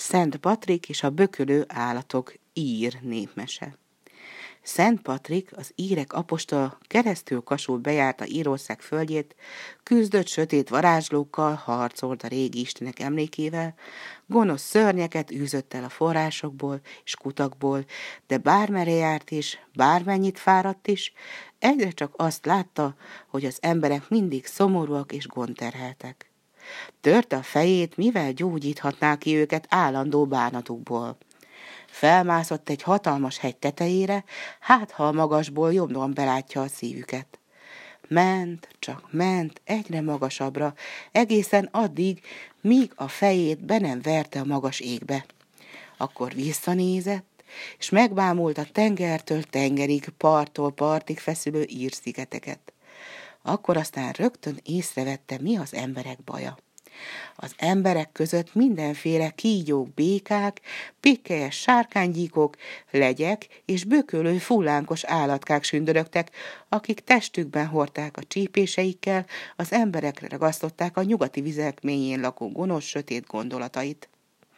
Szent Patrik és a bökölő állatok ír népmese. Szent Patrik, az írek apostola, keresztül kasul bejárta Írország földjét, küzdött sötét varázslókkal, harcolt a régi istenek emlékével, gonosz szörnyeket űzött el a forrásokból és kutakból, de bármerre járt is, bármennyit fáradt is, egyre csak azt látta, hogy az emberek mindig szomorúak és gondterheltek. Törte a fejét, mivel gyógyíthatná ki őket állandó bánatukból. Felmászott egy hatalmas hegy tetejére, hát ha a magasból jobban belátja a szívüket. Ment, csak ment, egyre magasabbra, egészen addig, míg a fejét be nem verte a magas égbe. Akkor visszanézett, és megbámult a tengertől tengerig, parttól partig feszülő ír-szigeteket. Akkor aztán rögtön észrevette, mi az emberek baja. Az emberek között mindenféle kígyók, békák, pikkelyes sárkánygyíkok, legyek és bökölő fullánkos állatkák sündörögtek, akik testükben hordták a csípéseikkel, az emberekre ragasztották a nyugati vizek mélyén lakó gonosz, sötét gondolatait.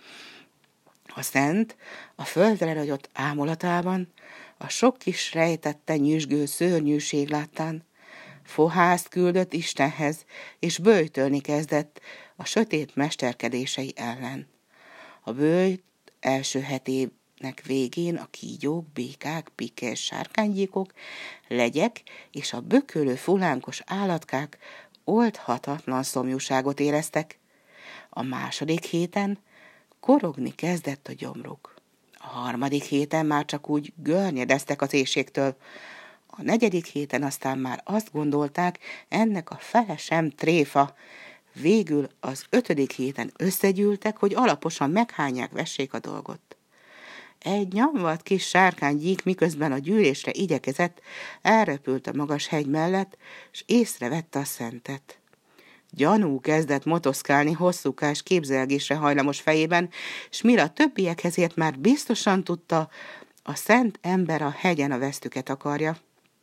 A szent a földre ragyott ámulatában, a sok kis rejtette nyüzsgő szörnyűség láttán, fohászt küldött Istenhez, és böjtölni kezdett a sötét mesterkedései ellen. A böjt első hetének végén a kígyók, békák, pikkelyes sárkánygyíkok, legyek és a bökölő fulánkos állatkák oldhatatlan szomjúságot éreztek. A második héten korogni kezdett a gyomruk. A harmadik héten már csak úgy görnyedeztek az éhségtől. A negyedik héten aztán már azt gondolták, ennek a fele sem tréfa. Végül az 5. héten összegyűltek, hogy alaposan meghányják, vessék a dolgot. Egy nyomvat kis sárkánygyík, miközben a gyűlésre igyekezett, elrepült a magas hegy mellett, s észrevette a szentet. Gyanú kezdett motoszkálni hosszúkás képzelgésre hajlamos fejében, s mire a többiekhez ért, már biztosan tudta, a szent ember a hegyen a vesztüket akarja.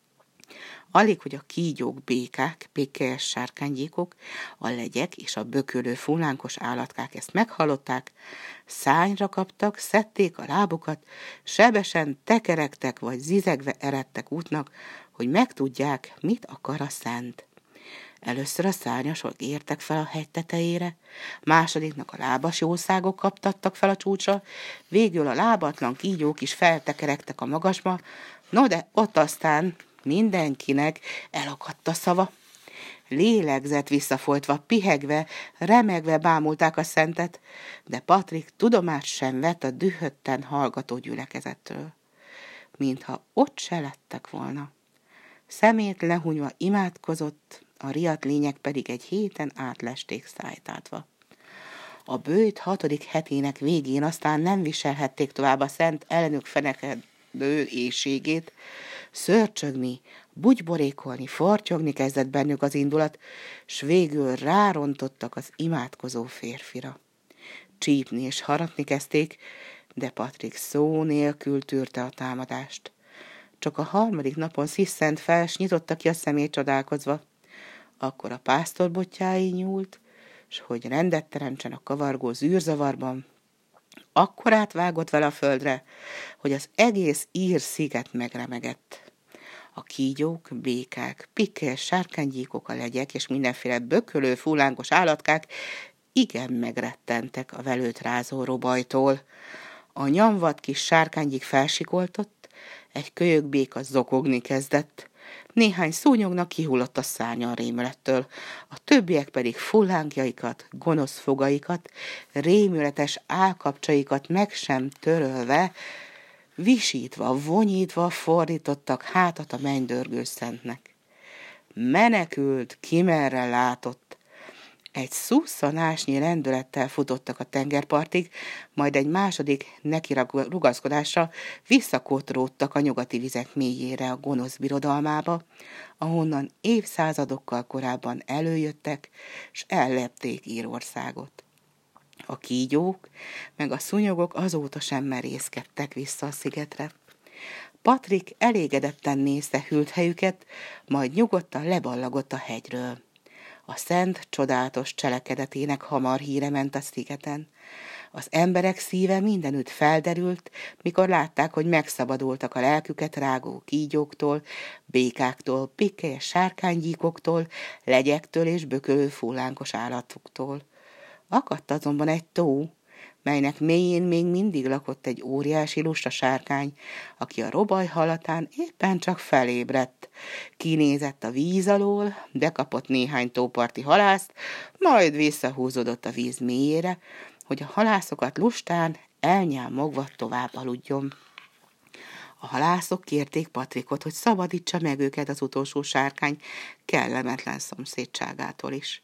Alig, hogy a kígyók, békák, pikkelyes sárkánygyíkok, a legyek és a bökölő fullánkos állatkák ezt meghallották, szárnyra kaptak, szedték a lábukat, sebesen tekerektek vagy zizegve eredtek útnak, hogy megtudják, mit akar a szent. Először a szárnyasok értek fel a hegy tetejére, másodiknak a lábas jószágok kaptattak fel a csúcsra, végül a lábatlan kígyók is feltekerektek a magasba, no de ott aztán mindenkinek elakadt a szava. Lélegzett visszafolytva, pihegve, remegve bámulták a szentet, de Patrik tudomást sem vett a dühötten hallgató gyülekezettől, mintha ott se lettek volna. Szemét lehunyva imádkozott, a riadt lények pedig egy héten átlesték szájtátva. A böjt 6. hetének végén aztán nem viselhették tovább a szent ellenük fenekedő éhségét, szörcsögni, bugyborékolni, fortyogni kezdett bennük az indulat, s végül rárontottak az imádkozó férfira. Csípni és harapni kezdték, de Patrik szó nélkül tűrte a támadást. Csak a 3. napon sziszent fel, s nyitotta ki a szemét csodálkozva. Akkor a pásztor bottyái nyúlt, s hogy rendet teremtsen a kavargó zűrzavarban, akkor átvágott vele a földre, hogy az egész ír-sziget megremegett. A kígyók, békák, pikkelyes sárkánygyíkok, a legyek és mindenféle bökölő fullánkos állatkák igen megrettentek a velőt rázó robajtól. A nyomvat kis sárkánygyík felsikoltott, egy kölyökbéka zokogni kezdett, néhány szúnyognak kihullott a szárnya a rémülettől, a többiek pedig fullánkjaikat, gonosz fogaikat, rémületes állkapcsaikat meg sem törölve, visítva, vonyítva fordítottak hátat a mennydörgő szentnek. Menekült, ki merre látott. Egy szusszanásnyi rendülettel futottak a tengerpartig, majd egy második nekirugaszkodásra visszakotródtak a nyugati vizek mélyére a gonosz birodalmába, ahonnan évszázadokkal korábban előjöttek, s ellepték Írországot. A kígyók meg a szúnyogok azóta sem merészkedtek vissza a szigetre. Patrik elégedetten nézte hűlt helyüket, majd nyugodtan leballagott a hegyről. A szent csodálatos cselekedetének hamar híre ment a szigeten. Az emberek szíve mindenütt felderült, mikor látták, hogy megszabadultak a lelküket rágó kígyóktól, békáktól, pikkelyes sárkánygyíkoktól, legyektől és bökölő fullánkos állatoktól. Akadt azonban egy tó, melynek mélyén még mindig lakott egy óriási lusta sárkány, aki a robaj halatán éppen csak felébredt. Kinézett a víz alól, bekapott néhány tóparti halászt, majd visszahúzódott a víz mélyére, hogy a halászokat lustán elnyámogva tovább aludjon. A halászok kérték Patrikot, hogy szabadítsa meg őket az utolsó sárkány kellemetlen szomszédságától is.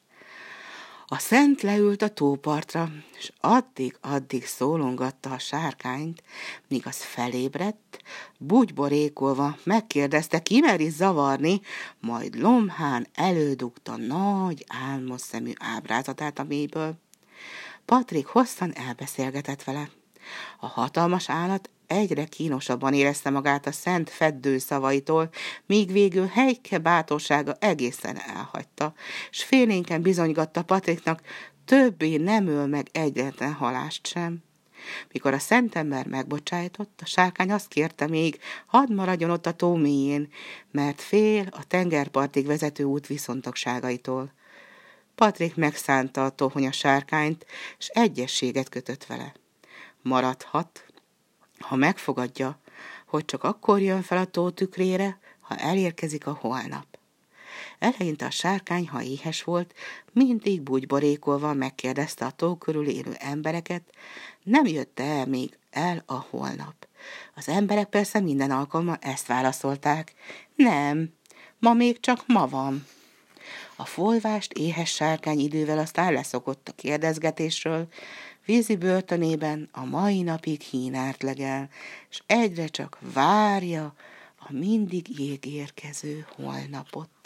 A szent leült a tópartra, és addig szólongatta a sárkányt, míg az felébredt, bugyborékolva megkérdezte, ki meri zavarni, majd lomhán elődugta nagy álmos szemű ábrázatát a mélyből. Patrik hosszan elbeszélgetett vele. A hatalmas állat egyre kínosabban érezte magát a szent feddő szavaitól, míg végül Heike bátorsága egészen elhagyta, s félénken bizonygatta Patriknak, többé nem öl meg egyetlen halást sem. Mikor a szentember megbocsájtott, a sárkány azt kérte még, hadd maradjon ott a tó mélyén, mert fél a tengerpartig vezető út viszontagságaitól. Patrik megszánta a tohony sárkányt, s egyességet kötött vele. Maradhat, ha megfogadja, hogy csak akkor jön fel a tó tükrére, ha elérkezik a holnap. Eleinte a sárkány, ha éhes volt, mindig bugyborékolva megkérdezte a tó körül élő embereket, nem jött el még el a holnap. Az emberek persze minden alkalommal ezt válaszolták, nem, ma még csak ma van. A folyvást éhes sárkány idővel aztán leszokott a kérdezgetésről, vízi börtönében a mai napig hínárt legel, és egyre csak várja a mindig ígérkező holnapot.